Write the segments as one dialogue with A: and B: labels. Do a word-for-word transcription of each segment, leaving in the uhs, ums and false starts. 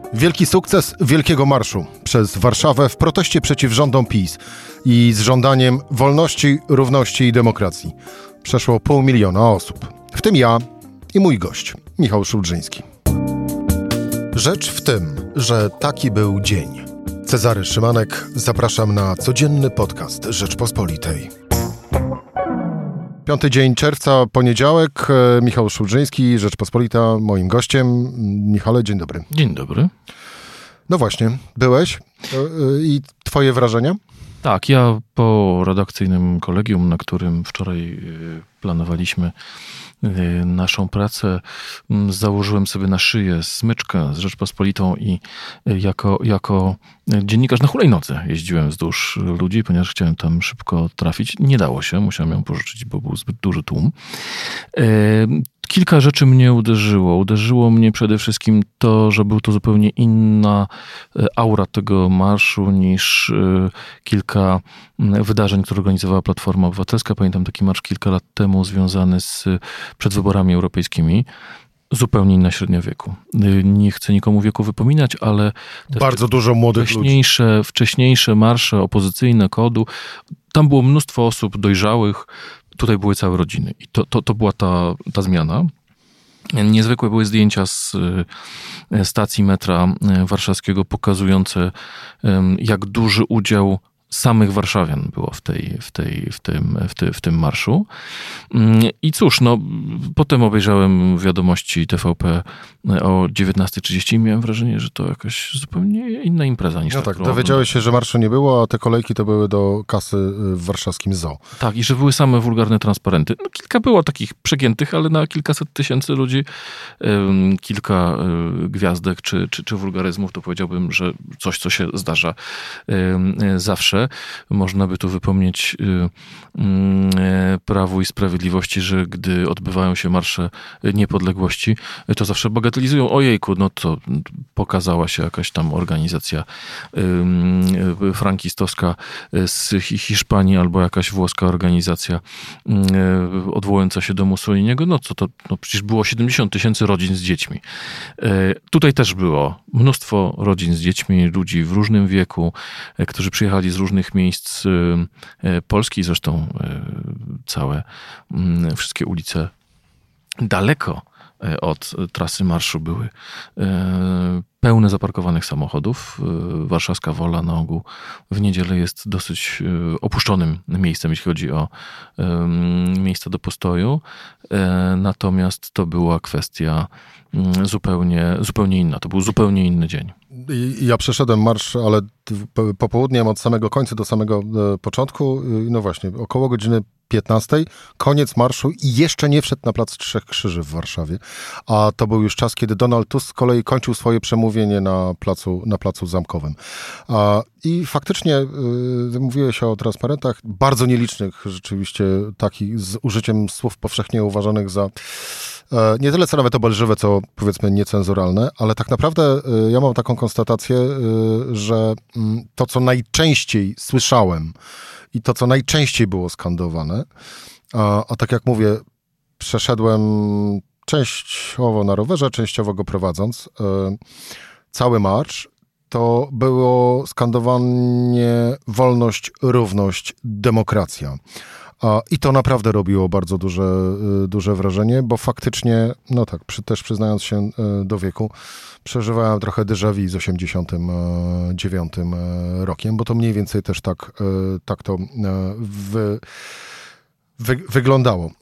A: Wielki sukces Wielkiego Marszu przez Warszawę w proteście przeciw rządom PiS i z żądaniem wolności, równości i demokracji. Przeszło pół miliona osób, w tym ja i mój gość, Michał Szulżyński. Rzecz w tym, że taki był dzień. Cezary Szymanek, zapraszam na codzienny podcast Rzeczpospolitej. Piąty dzień czerwca, poniedziałek, Michał Szulżyński, Rzeczpospolita, moim gościem. Michale, dzień dobry.
B: Dzień dobry.
A: No właśnie, byłeś i twoje wrażenia?
B: Tak, ja po redakcyjnym kolegium, na którym wczoraj planowaliśmy naszą pracę, założyłem sobie na szyję smyczkę z Rzeczpospolitą i jako, jako dziennikarz na hulajnodze jeździłem wzdłuż ludzi, ponieważ chciałem tam szybko trafić. Nie dało się, musiałem ją pożyczyć, bo był zbyt duży tłum. Kilka rzeczy mnie uderzyło. Uderzyło mnie przede wszystkim to, że był to zupełnie inna aura tego marszu niż kilka wydarzeń, które organizowała Platforma Obywatelska. Pamiętam taki marsz kilka lat temu związany z przed wyborami europejskimi. Zupełnie inna średnia wieku. Nie chcę nikomu wieku wypominać, ale
A: bardzo dużo młodych
B: wcześniejsze, ludzi. Wcześniejsze marsze opozycyjne KOD-u, tam było mnóstwo osób dojrzałych, tutaj były całe rodziny. I to, to, to była ta, ta zmiana. Niezwykłe były zdjęcia z stacji metra warszawskiego pokazujące, jak duży udział samych warszawian było w, tej, w, tej, w, tym, w, ty, w tym marszu. I cóż, no, potem obejrzałem wiadomości T V P o dziewiętnasta trzydzieści i miałem wrażenie, że to jakaś zupełnie inna impreza niż
A: No
B: ta,
A: tak, dowiedziałeś się, że marszu nie było, a te kolejki to były do kasy w warszawskim zoo.
B: Tak, i że były same wulgarne transparenty. No, kilka było takich przegiętych, ale na kilkaset tysięcy ludzi um, kilka um, gwiazdek czy, czy, czy wulgaryzmów, to powiedziałbym, że coś, co się zdarza um, zawsze. Można by tu wypomnieć Prawu i Sprawiedliwości, że gdy odbywają się marsze niepodległości, to zawsze bagatelizują. Ojejku, no to pokazała się jakaś tam organizacja frankistowska z Hiszpanii albo jakaś włoska organizacja odwołująca się do Mussoliniego. No co to? No przecież było siedemdziesiąt tysięcy rodzin z dziećmi. Tutaj też było mnóstwo rodzin z dziećmi, ludzi w różnym wieku, którzy przyjechali z różnych miejsc Polski, zresztą całe, wszystkie ulice daleko od trasy marszu były pełne zaparkowanych samochodów. Warszawska Wola na ogół w niedzielę jest dosyć opuszczonym miejscem, jeśli chodzi o miejsca do postoju. Natomiast to była kwestia zupełnie, zupełnie inna. To był zupełnie inny dzień.
A: Ja przeszedłem marsz, ale popołudniem od samego końca do samego początku, no właśnie, około godziny piętnastej, koniec marszu i jeszcze nie wszedł na Plac Trzech Krzyży w Warszawie. A to był już czas, kiedy Donald Tusk z kolei kończył swoje przemówienie na placu, na placu Zamkowym. A, I faktycznie y, mówiłeś o transparentach, bardzo nielicznych rzeczywiście, takich z użyciem słów powszechnie uważanych za e, nie tyle co nawet obelżywe, co powiedzmy niecenzuralne, ale tak naprawdę y, ja mam taką konstatację, y, że y, to, co najczęściej słyszałem i to, co najczęściej było skandowane, a, a tak jak mówię, przeszedłem częściowo na rowerze, częściowo go prowadząc, y, cały marsz, to było skandowanie wolność, równość, demokracja. A, I to naprawdę robiło bardzo duże, y, duże wrażenie, bo faktycznie, no tak, przy, też przyznając się y, do wieku, przeżywałem trochę déjà vu z osiemdziesiątym dziewiątym rokiem, bo to mniej więcej też tak, tak to wy, wy, wyglądało.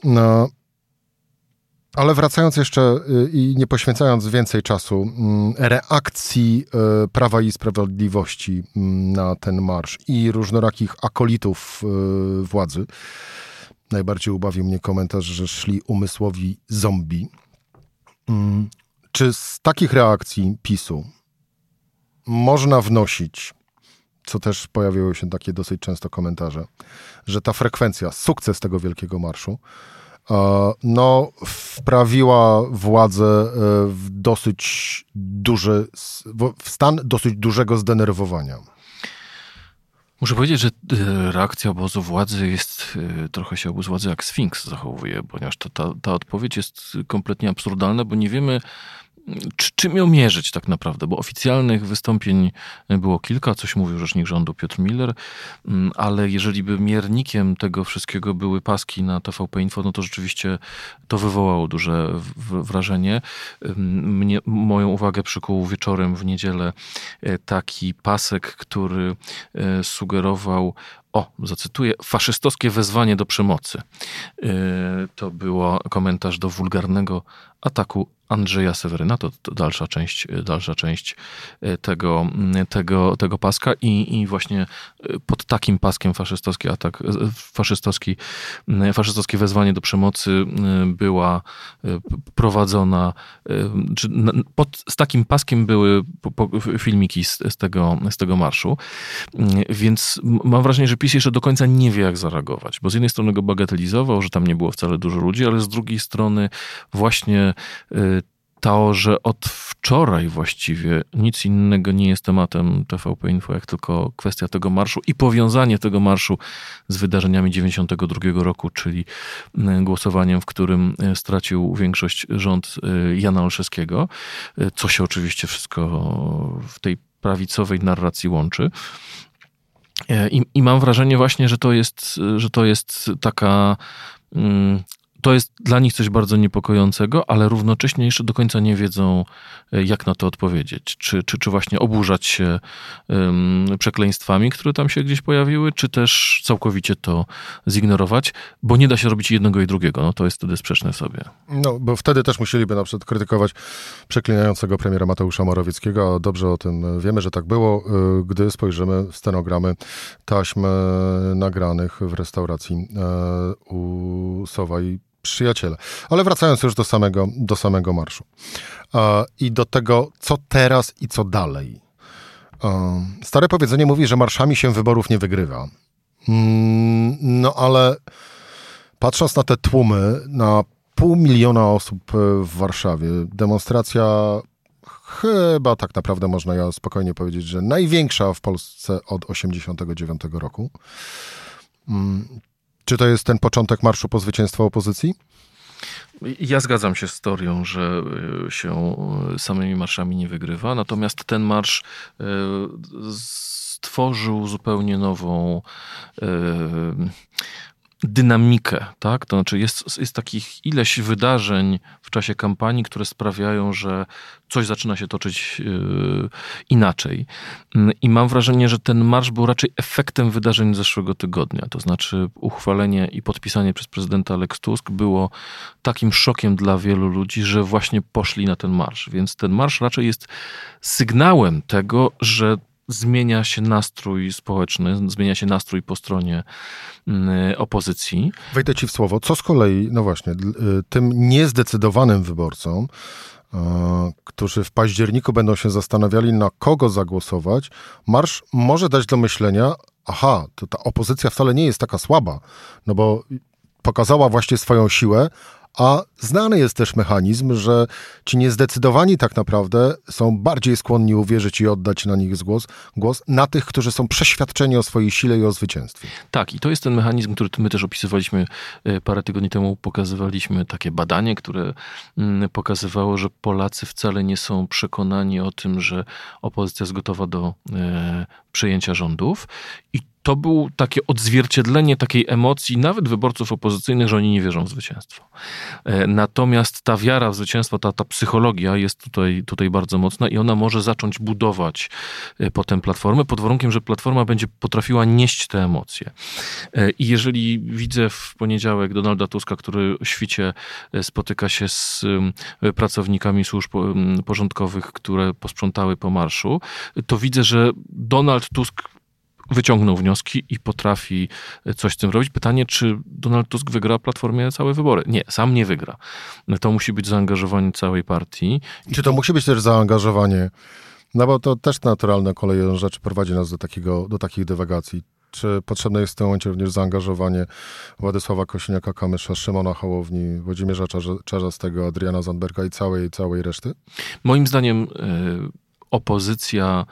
A: Ale wracając jeszcze i nie poświęcając więcej czasu reakcji Prawa i Sprawiedliwości na ten marsz i różnorakich akolitów władzy, najbardziej ubawił mnie komentarz, że szli umysłowi zombie. Czy z takich reakcji PiSu można wnosić, co też pojawiły się takie dosyć często komentarze, że ta frekwencja, sukces tego wielkiego marszu, no, wprawiła władzę w dosyć duży, w stan dosyć dużego zdenerwowania?
B: Muszę powiedzieć, że reakcja obozu władzy jest, trochę się obóz władzy jak Sfinks zachowuje, ponieważ ta, ta, ta odpowiedź jest kompletnie absurdalna, bo nie wiemy, czy, czym ją mierzyć tak naprawdę, bo oficjalnych wystąpień było kilka, coś mówił rzecznik rządu Piotr Miller, ale jeżeli by miernikiem tego wszystkiego były paski na T V P Info, no to rzeczywiście to wywołało duże wrażenie. Mnie, moją uwagę przykuł wieczorem w niedzielę taki pasek, który sugerował, o, zacytuję, faszystowskie wezwanie do przemocy. To był komentarz do wulgarnego ataku Andrzeja Seweryna, to, to dalsza część, dalsza część tego, tego, tego paska i, i właśnie pod takim paskiem faszystowski atak, faszystowski, faszystowskie wezwanie do przemocy była prowadzona, czy pod, z takim paskiem były filmiki z, z, tego, z tego marszu, więc mam wrażenie, że PiS jeszcze do końca nie wie, jak zareagować, bo z jednej strony go bagatelizował, że tam nie było wcale dużo ludzi, ale z drugiej strony właśnie to, że od wczoraj właściwie nic innego nie jest tematem T V P Info, jak tylko kwestia tego marszu i powiązanie tego marszu z wydarzeniami dziewięćdziesiątego drugiego roku, czyli głosowaniem, w którym stracił większość rząd Jana Olszewskiego, co się oczywiście wszystko w tej prawicowej narracji łączy. I, i mam wrażenie właśnie, że to jest, że to jest taka... Mm, To jest dla nich coś bardzo niepokojącego, ale równocześnie jeszcze do końca nie wiedzą, jak na to odpowiedzieć. Czy, czy, czy właśnie oburzać się um, przekleństwami, które tam się gdzieś pojawiły, czy też całkowicie to zignorować, bo nie da się robić jednego i drugiego. No to jest wtedy sprzeczne w sobie.
A: No, bo wtedy też musieliby na przykład krytykować przeklinającego premiera Mateusza Morawieckiego, a dobrze o tym wiemy, że tak było, gdy spojrzymy w stenogramy taśm nagranych w restauracji u Sowa i Przyjaciele. Ale wracając już do samego, do samego marszu e, i do tego, co teraz i co dalej. E, stare powiedzenie mówi, że marszami się wyborów nie wygrywa. Mm, no ale patrząc na te tłumy, na pół miliona osób w Warszawie, demonstracja chyba tak naprawdę można ja spokojnie powiedzieć, że największa w Polsce od osiemdziesiątego dziewiątego roku. Mm, Czy to jest ten początek marszu po zwycięstwo opozycji?
B: Ja zgadzam się z teorią, że się samymi marszami nie wygrywa, natomiast ten marsz stworzył zupełnie nową dynamikę, tak? To znaczy jest, jest takich ileś wydarzeń w czasie kampanii, które sprawiają, że coś zaczyna się toczyć yy, inaczej. I mam wrażenie, że ten marsz był raczej efektem wydarzeń zeszłego tygodnia. To znaczy uchwalenie i podpisanie przez prezydenta Alex Tusk było takim szokiem dla wielu ludzi, że właśnie poszli na ten marsz. Więc ten marsz raczej jest sygnałem tego, że zmienia się nastrój społeczny, zmienia się nastrój po stronie opozycji.
A: Wejdę ci w słowo. Co z kolei, no właśnie, tym niezdecydowanym wyborcom, którzy w październiku będą się zastanawiali, na kogo zagłosować, marsz może dać do myślenia, aha, to ta opozycja wcale nie jest taka słaba, no bo pokazała właśnie swoją siłę, a znany jest też mechanizm, że ci niezdecydowani tak naprawdę są bardziej skłonni uwierzyć i oddać na nich głos, głos na tych, którzy są przeświadczeni o swojej sile i o zwycięstwie.
B: Tak, i to jest ten mechanizm, który my też opisywaliśmy parę tygodni temu, pokazywaliśmy takie badanie, które pokazywało, że Polacy wcale nie są przekonani o tym, że opozycja jest gotowa do e, przejęcia rządów i to było takie odzwierciedlenie takiej emocji nawet wyborców opozycyjnych, że oni nie wierzą w zwycięstwo. Natomiast ta wiara w zwycięstwo, ta, ta psychologia jest tutaj, tutaj bardzo mocna i ona może zacząć budować potem Platformę pod warunkiem, że Platforma będzie potrafiła nieść te emocje. I jeżeli widzę w poniedziałek Donalda Tuska, który o świcie spotyka się z pracownikami służb porządkowych, które posprzątały po marszu, to widzę, że Donald Tusk wyciągnął wnioski i potrafi coś z tym robić. Pytanie, czy Donald Tusk wygra Platformie całe wybory? Nie, sam nie wygra. To musi być zaangażowanie całej partii.
A: Czy to musi być też zaangażowanie? No bo to też naturalne koleją rzeczy prowadzi nas do, takiego, do takich dywagacji. Czy potrzebne jest w tym momencie również zaangażowanie Władysława Kosiniaka-Kamysza, Szymona Hołowni, Włodzimierza Czarzastego, Adriana Zandberga i całej, całej reszty?
B: Moim zdaniem y, opozycja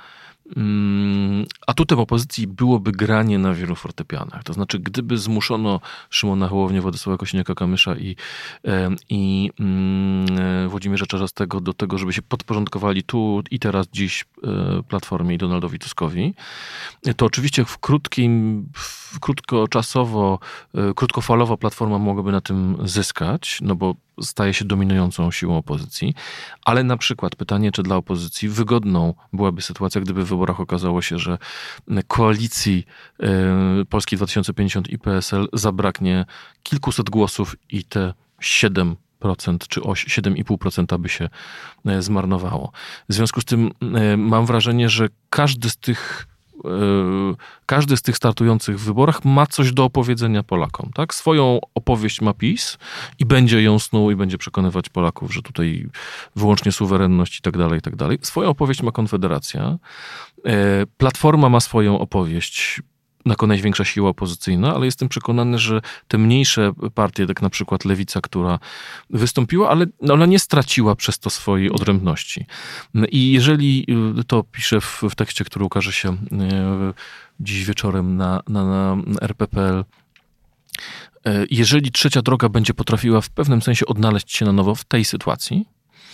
B: Atutem opozycji byłoby granie na wielu fortepianach. To znaczy, gdyby zmuszono Szymona Hołownię, Władysława Kosiniaka-Kamysza i, i Włodzimierza Czarzastego do tego, żeby się podporządkowali tu i teraz, dziś Platformie i Donaldowi Tuskowi, to oczywiście w krótkim, w krótkoczasowo, krótkofalowo Platforma mogłaby na tym zyskać, no bo staje się dominującą siłą opozycji, ale na przykład pytanie, czy dla opozycji wygodną byłaby sytuacja, gdyby w wyborach okazało się, że koalicji Polski dwa tysiące pięćdziesiąt i P S L zabraknie kilkuset głosów i te siedem procent czy siedem i pół procent by się zmarnowało. W związku z tym mam wrażenie, że każdy z tych każdy z tych startujących w wyborach ma coś do opowiedzenia Polakom, tak? Swoją opowieść ma PiS i będzie ją snuł i będzie przekonywać Polaków, że tutaj wyłącznie suwerenność i tak dalej, i tak dalej. Swoją opowieść ma Konfederacja. Platforma ma swoją opowieść jako największa siła opozycyjna, ale jestem przekonany, że te mniejsze partie, tak na przykład Lewica, która wystąpiła, ale ona nie straciła przez to swojej odrębności. I jeżeli, to piszę w, w tekście, który ukaże się dziś wieczorem na, na, na R P kropka P L, jeżeli Trzecia Droga będzie potrafiła w pewnym sensie odnaleźć się na nowo w tej sytuacji,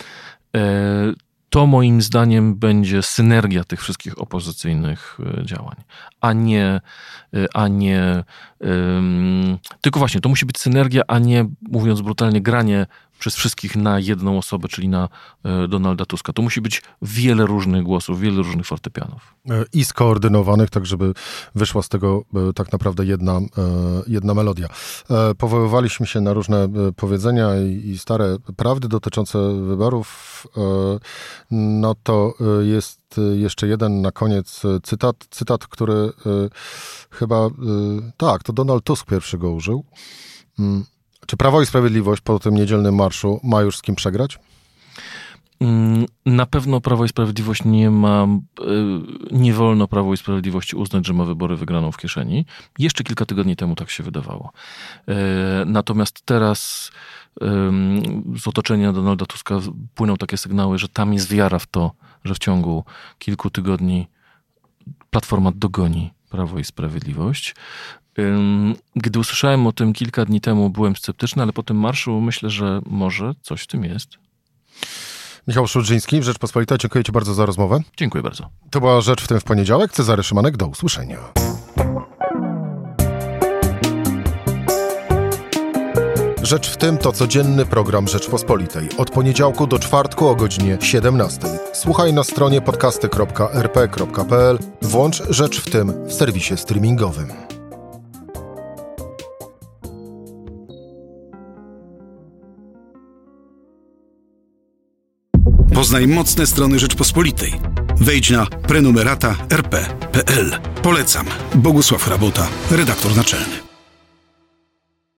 B: to moim zdaniem będzie synergia tych wszystkich opozycyjnych działań, a nie, a nie um, tylko właśnie, to musi być synergia, a nie, mówiąc brutalnie, granie przez wszystkich na jedną osobę, czyli na Donalda Tuska. To musi być wiele różnych głosów, wiele różnych fortepianów.
A: I skoordynowanych, tak żeby wyszła z tego tak naprawdę jedna, jedna melodia. Powoływaliśmy się na różne powiedzenia i stare prawdy dotyczące wyborów. No to jest jeszcze jeden na koniec cytat, cytat, który chyba, tak, to Donald Tusk pierwszy go użył. Czy Prawo i Sprawiedliwość po tym niedzielnym marszu ma już z kim przegrać?
B: Na pewno Prawo i Sprawiedliwość nie ma, nie wolno Prawo i Sprawiedliwości uznać, że ma wybory wygraną w kieszeni. Jeszcze kilka tygodni temu tak się wydawało. Natomiast teraz z otoczenia Donalda Tuska płyną takie sygnały, że tam jest wiara w to, że w ciągu kilku tygodni Platforma dogoni Prawo i Sprawiedliwość. Gdy usłyszałem o tym kilka dni temu, byłem sceptyczny, ale po tym marszu myślę, że może coś w tym jest.
A: Michał Szulżyński, Rzeczpospolita. Dziękuję Ci bardzo za rozmowę.
B: Dziękuję bardzo.
A: To była Rzecz w tym w poniedziałek. Cezary Szymanek, do usłyszenia. Rzecz w tym to codzienny program Rzeczpospolitej. Od poniedziałku do czwartku o godzinie siedemnastej. Słuchaj na stronie podcasty kropka r p kropka p l. Włącz Rzecz w tym w serwisie streamingowym.
C: Poznaj mocne strony Rzeczpospolitej. Wejdź na prenumerata r p kropka p l. Polecam. Bogusław Rabota, redaktor naczelny.